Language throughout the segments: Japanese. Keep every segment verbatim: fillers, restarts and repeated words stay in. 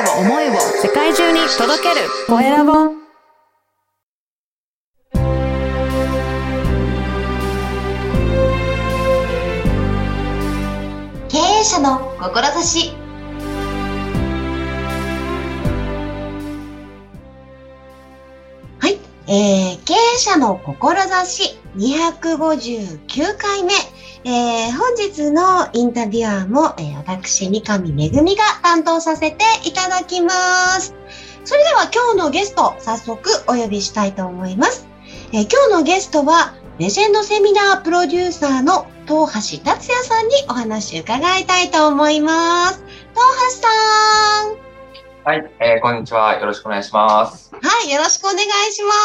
を思いを世界中に届けるコエラボ。 経営者の志。はい、えー、経営者の志にひゃくごじゅうきゅうかいめ、えー、本日のインタビュアーも、えー、私三上恵が担当させていただきます。それでは今日のゲスト早速お呼びしたいと思います。えー、今日のゲストはレジェンドセミナープロデューサーの東橋達也さんにお話伺いたいと思います。東橋さん。 はい、えー、こんにちは。よろしくお願いします。 はい、よろしくお願いします。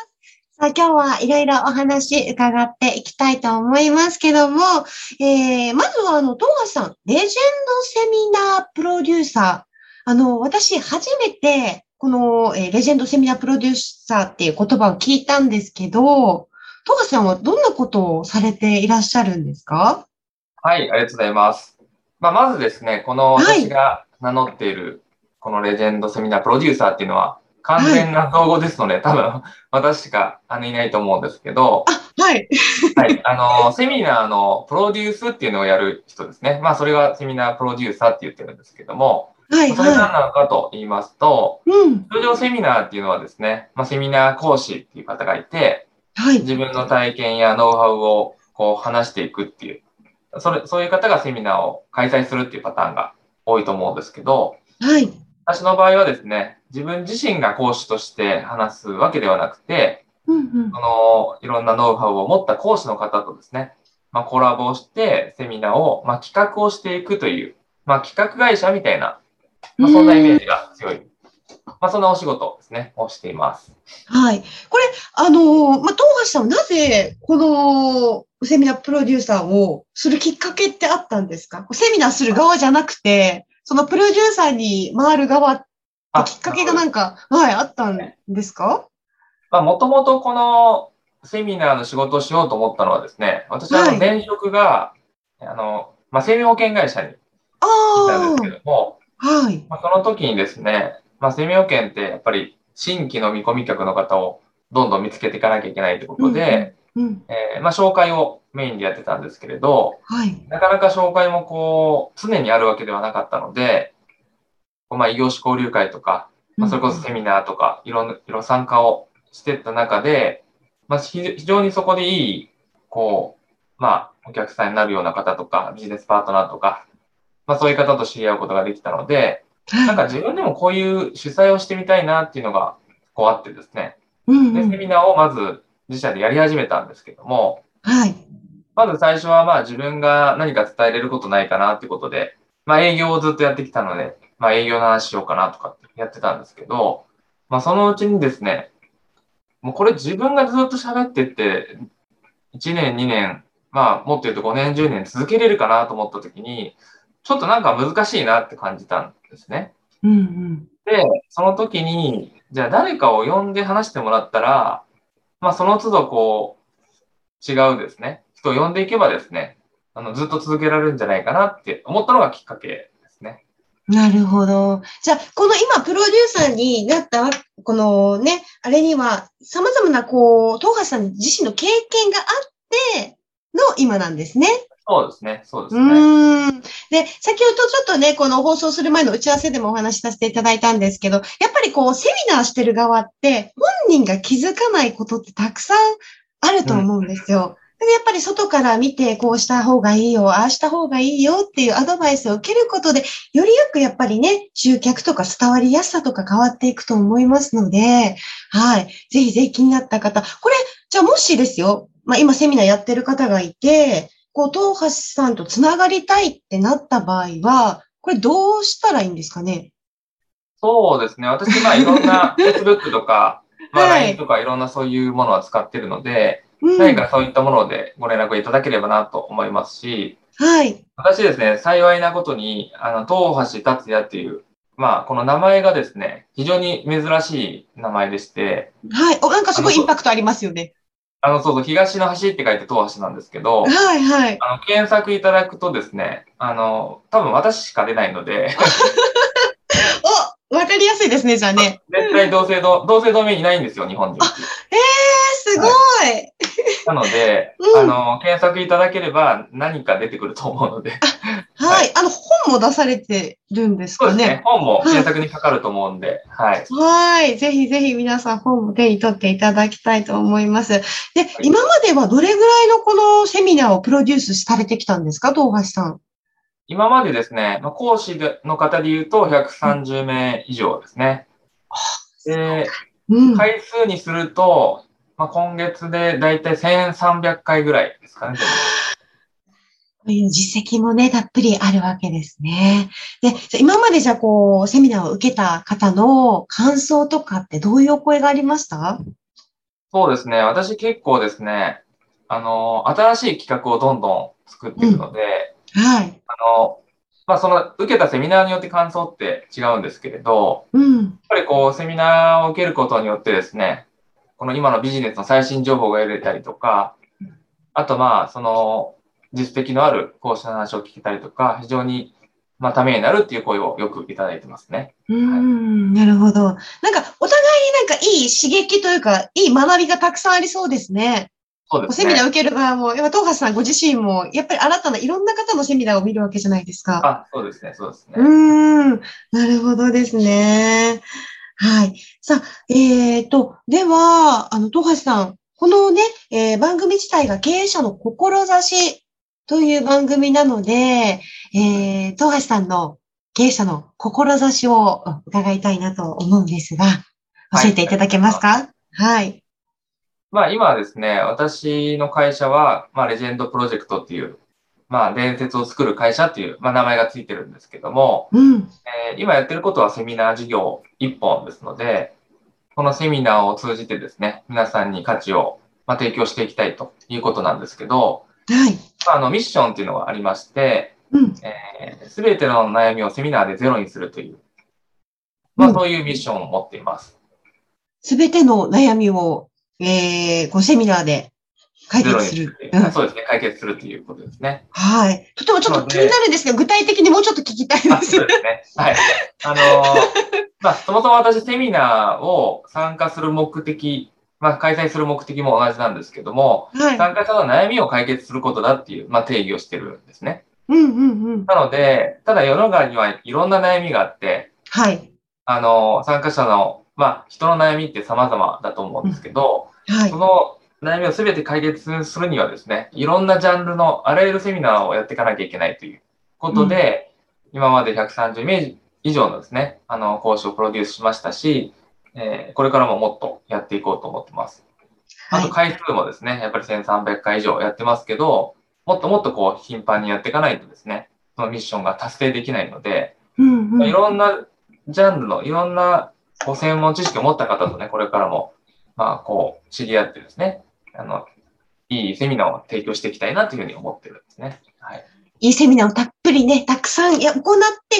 さあ、今日はいろいろお話伺っていきたいと思いますけども、えー、まずはあの、東橋さん、レジェンドセミナープロデューサー。あの、私初めてこの、えー、レジェンドセミナープロデューサーっていう言葉を聞いたんですけど、東橋さんはどんなことをされていらっしゃるんですか？ はい、ありがとうございます。まあ、まずですね、この私が名乗っている、このレジェンドセミナープロデューサーっていうのは、完全な造語ですので、はい、多分私しかあのいないと思うんですけど、 あ、はい。 はい、あの、セミナーのプロデュースっていうのをやる人ですね。まあ、それがセミナープロデューサーって言ってるんですけども、はい、それ何なのかと言いますと、うん、通常セミナーっていうのはですね、まあ、セミナー講師っていう方がいて、はい、自分の体験やノウハウをこう話していくっていう、それ、そういう方がセミナーを開催するっていうパターンが多いと思うんですけど、はい。私の場合はですね、自分自身が講師として話すわけではなくて、うんうん、そのいろんなノウハウを持った講師の方とですね、まあ、コラボをしてセミナーを、まあ、企画をしていくという、まあ、企画会社みたいな、まあ、そんなイメージが強い。まあ、そんなお仕事ですね、をしています。 はい。これ、あのー、まあ、東橋さんはなぜ、このセミナープロデューサーをするきっかけってあったんですか？セミナーする側じゃなくて、そのプロデューサーに回る側ってきっかけがなんか、はい、あったんですか？ まあ、もともとこのセミナーの仕事をしようと思ったのはですね、私はあの前職が、はい、あの、まあ、生命保険会社にいたんですけども、はい。まあ、その時にですね、まあ、生命保険ってやっぱり新規の見込み客の方をどんどん見つけていかなきゃいけないということで、うんうんえー、まあ、紹介をメインでやってたんですけれど、はい、なかなか紹介もこう、常にあるわけではなかったので、まあ、異業種交流会とか、まあ、それこそセミナーとか、いろんな、いろ参加をしていった中で、まあ、非常にそこでいい、こう、まあ、お客さんになるような方とか、ビジネスパートナーとか、まあ、そういう方と知り合うことができたので、はい、なんか自分でもこういう主催をしてみたいなっていうのが、こうあってですね。うんうん、で、セミナーをまず自社でやり始めたんですけども、はい。まず最初はまあ自分が何か伝えれることないかなってことで、まあ営業をずっとやってきたので、まあ営業の話しようかなとかってやってたんですけど、まあそのうちにですね、もうこれ自分がずっと喋ってって、いちねん、にねん、まあもっと言うとごねん、じゅうねん続けれるかなと思った時に、ちょっとなんか難しいなって感じたんですね。うんうん、で、その時に、じゃあ誰かを呼んで話してもらったら、まあその都度こう、違うですね、人を呼んでいけばですね、あのずっと続けられるんじゃないかなって思ったのがきっかけですね。 なるほど。じゃあ、この今、プロデューサーになった、このね、あれには、様々な、こう、東橋さん自身の経験があっての今なんですね。 そうですね。そうですね。 うん。で、先ほどちょっとね、この放送する前の打ち合わせでもお話しさせていただいたんですけど、やっぱりこう、セミナーしてる側って、本人が気づかないことってたくさんあると思うんですよ。うんでやっぱり外から見て、こうした方がいいよ、ああした方がいいよっていうアドバイスを受けることで、よりよくやっぱりね、集客とか伝わりやすさとか変わっていくと思いますので、はい。ぜひぜひ気になった方。これ、じゃあもしですよ、まあ今セミナーやってる方がいて、こう、東橋さんとつながりたいってなった場合は、これどうしたらいいんですかね？ そうですね。私、まあいろんな Facebook とか、まあ ライン とかいろんなそういうものは使ってるので、うん、何かそういったものでご連絡いただければなと思いますし、はい。私ですね、幸いなことに、あの、東橋達也っていう、まあ、この名前がですね、非常に珍しい名前でして。 はい。お、なんかすごいインパクトありますよね。 あの、そうそう、東の橋って書いて東橋なんですけど、はいはい。あの、検索いただくとですね、あの、多分私しか出ないので。 ですね、じゃあね。 絶対同姓同、同姓同名いないんですよ、日本人。 あ、ええー、すごい。はい、 なので、うん、あの、検索いただければ何か出てくると思うので。 はい、はい。あの、本も出されてるんですかね。 そうですね。本も検索にかかると思うんで、はい。 はい。ぜひぜひ皆さん本も手に取っていただきたいと思います。で、はい、今まではどれぐらいのこのセミナーをプロデュースされてきたんですか、東橋さん。 今までですね、講師の方で言うとひゃくさんじゅうめい以上ですね。うん、で、うん、回数にすると、まあ、今月でだいたいせんさんびゃっかいぐらいですかね。 という実績もね、たっぷりあるわけですね。で、今までじゃあこう、セミナーを受けた方の感想とかってどういうお声がありました？ そうですね。私結構ですね、あの、新しい企画をどんどん作っていくので、 うん、はい。 あの、まあ、その、受けたセミナーによって感想って違うんですけれど、 うん、 やっぱりこう、セミナーを受けることによってですね、この今のビジネスの最新情報が得れたりとか、あとまあ、その、実績のある講師の話を聞けたりとか、非常に、まあ、ためになるっていう声をよくいただいてますね。 うん、はい、なるほど。なんか、お互いになんかいい刺激というか、いい学びがたくさんありそうですね。 そうですね。 セミナー受ける側も、東橋さんご自身も、やっぱり新たないろんな方のセミナーを見るわけじゃないですか。 あ、そうですね、そうですね。 うーん、なるほどですね。はい。さあ、えっと、では、あの、東橋さん、このね、えー、番組自体が経営者の志という番組なので、えー、東橋さんの経営者の志を伺いたいなと思うんですが、教えていただけますか？はい。はい、 まあ今はですね、私の会社は、まあレジェンドプロジェクトっていう、まあ伝説を作る会社っていう、まあ名前がついてるんですけども、うん、えー、今やってることはセミナー事業一本ですので、このセミナーを通じてですね、皆さんに価値を、まあ、提供していきたいということなんですけど、はい。まあ、あの、ミッションっていうのがありまして、うん、えー、すべての悩みをセミナーでゼロにするという、まあ、そういうミッションを持っています。 すべての悩みを、えー、こうセミナーで解決する。 うん、そうですね。解決するということですね。 はい。とてもちょっと気になるんですけど、具体的にもうちょっと聞きたいです。 そうですね。はい。あのー、まあ、そもそも私、セミナーを参加する目的、まあ、開催する目的も同じなんですけども、はい、参加者の悩みを解決することだっていう、まあ、定義をしてるんですね。 うんうんうん。 なので、ただ世の中にはいろんな悩みがあって、 はい。 あの、参加者の、まあ、人の悩みって様々だと思うんですけど、うん、はい。その悩みをすべて解決するにはですね、いろんなジャンルのあらゆるセミナーをやっていかなきゃいけないということで、うん、今までひゃくさんじゅうめい以上のですね、あの、講師をプロデュースしましたし、えー、これからももっとやっていこうと思ってます。あと回数もですね、やっぱりせんさんびゃっかい以上やってますけど、もっともっとこう頻繁にやっていかないとですね、そのミッションが達成できないので、うんうん、いろんなジャンルのいろんなこう専門知識を持った方とね、これからも、まあ、こう、知り合ってですね、あの、いいセミナーを提供していきたいなというふうに思ってるんですね。はい。 いいセミナーをたっぷりね、たくさん行って、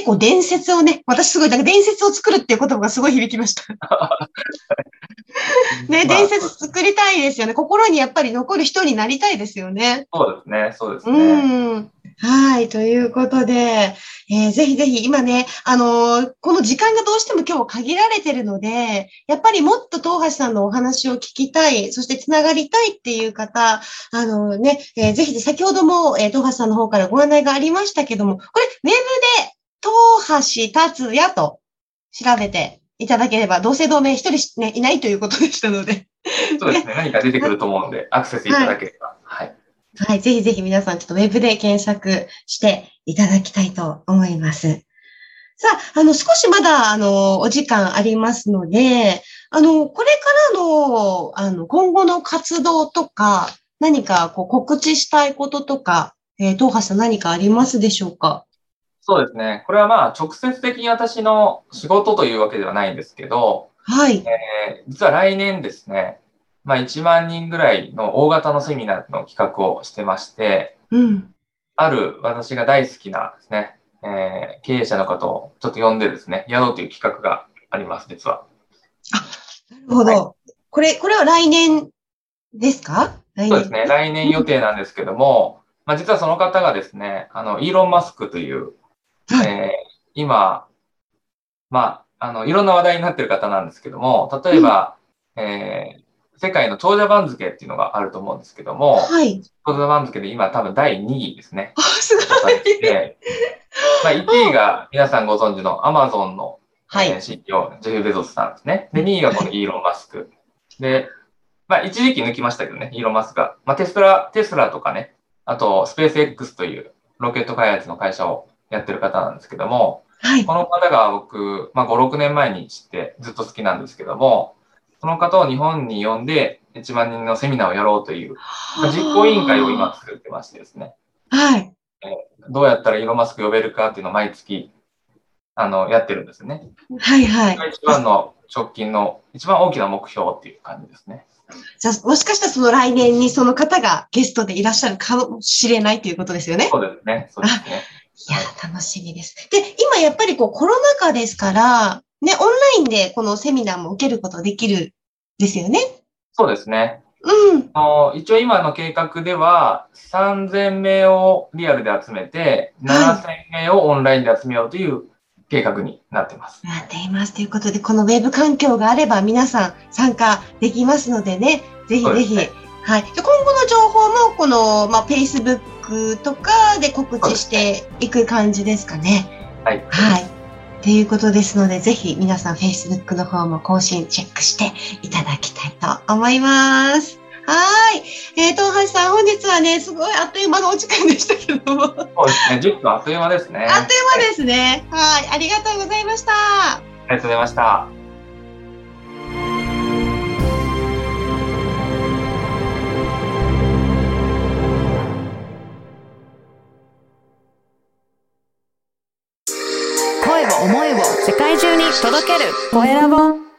こう、伝説をね、私すごい、なんか伝説を作るっていう言葉がすごい響きました。ね、伝説作りたいですよね。心にやっぱり残る人になりたいですよね。 そうですね、そうですね。 うん。はい、ということで、えー、ぜひぜひ今ね、あのー、この時間がどうしても今日限られてるので、やっぱりもっと東橋さんのお話を聞きたい、そしてつながりたいっていう方、あのー、ね、えー、ぜひ先ほども、えー、東橋さんの方からご案内がありましたけども、これ、ウェブで東橋達也と調べていただければ、同姓同名一人、ね、いないということでしたので。 そうですね。何か出てくると思うんで、アクセスいただければ。はい。はいはい。ぜひぜひ皆さん、ちょっとウェブで検索していただきたいと思います。さあ、あの、少しまだ、あの、お時間ありますので、あの、これからの、あの、今後の活動とか、何かこう告知したいこととか、えー、東橋さん何かありますでしょうか？ そうですね。これはまあ、直接的に私の仕事というわけではないんですけど、 はい。 えー、実は来年ですね、まあ、いちまんにんぐらいの大型のセミナーの企画をしてまして、うん、ある私が大好きなですね、えー、経営者の方をちょっと呼んでですね、やろうという企画があります、実は。 あ、なるほど。はい、これ、これは来年ですか？来年。 そうですね、来年予定なんですけども、まあ、実はその方がですね、あの、イーロン・マスクという、はい、えー、今、まあ、 あの、いろんな話題になってる方なんですけども、例えば、うん、えー、世界の長者番付っていうのがあると思うんですけども、はい。長者番付で今多分だいにいですね。 あ、すごい。 で、まあ、いちいが皆さんご存知のアマゾンの、はい、えー、シーイーオー、ジェフ・ベゾスさんですね。で、にいがこのイーロン・マスク。で、まあ、一時期抜きましたけどね、イーロン・マスクが。まあ、テスラ、テスラとかね、あと、スペース X というロケット開発の会社をやってる方なんですけども、はい、この方が僕、まあ、ご、ろくねんまえに知ってずっと好きなんですけども、その方を日本に呼んでいちまんにんのセミナーをやろうという、まあ、実行委員会を今作ってましてですね。 はい。 えー、どうやったらイーロン・マスク呼べるかっていうのを毎月、あの、やってるんですね。 はいはい。 それが一番の直近の、一番大きな目標っていう感じですね。 じゃあ、もしかしたらその来年にその方がゲストでいらっしゃるかもしれないということですよね。 そうですね。そうですね。 いや、楽しみです。で、今やっぱりこうコロナ禍ですから、ね、オンラインでこのセミナーも受けることできるですよね。 そうですね。 うん。 あの一応今の計画では、さんぜんめいをリアルで集めて、ななせんめいをオンラインで集めようという計画になっています。 なっています。ということで、このウェブ環境があれば皆さん参加できますのでね、ぜひぜひ。ね、はい。今後の情報も、この、まあ、Facebook とかで告知していく感じですかね。 はい。 はい。ということですので、ぜひ皆さん Facebook の方も更新チェックしていただきたいと思います。はい。えー、東橋さん、本日はね、すごいあっという間のお時間でしたけども。そうですね。じゅっぷんあっという間ですね。 あっという間ですね。はい。ありがとうございました。 ありがとうございました。 声を思いを世界中に届けるコエラボ。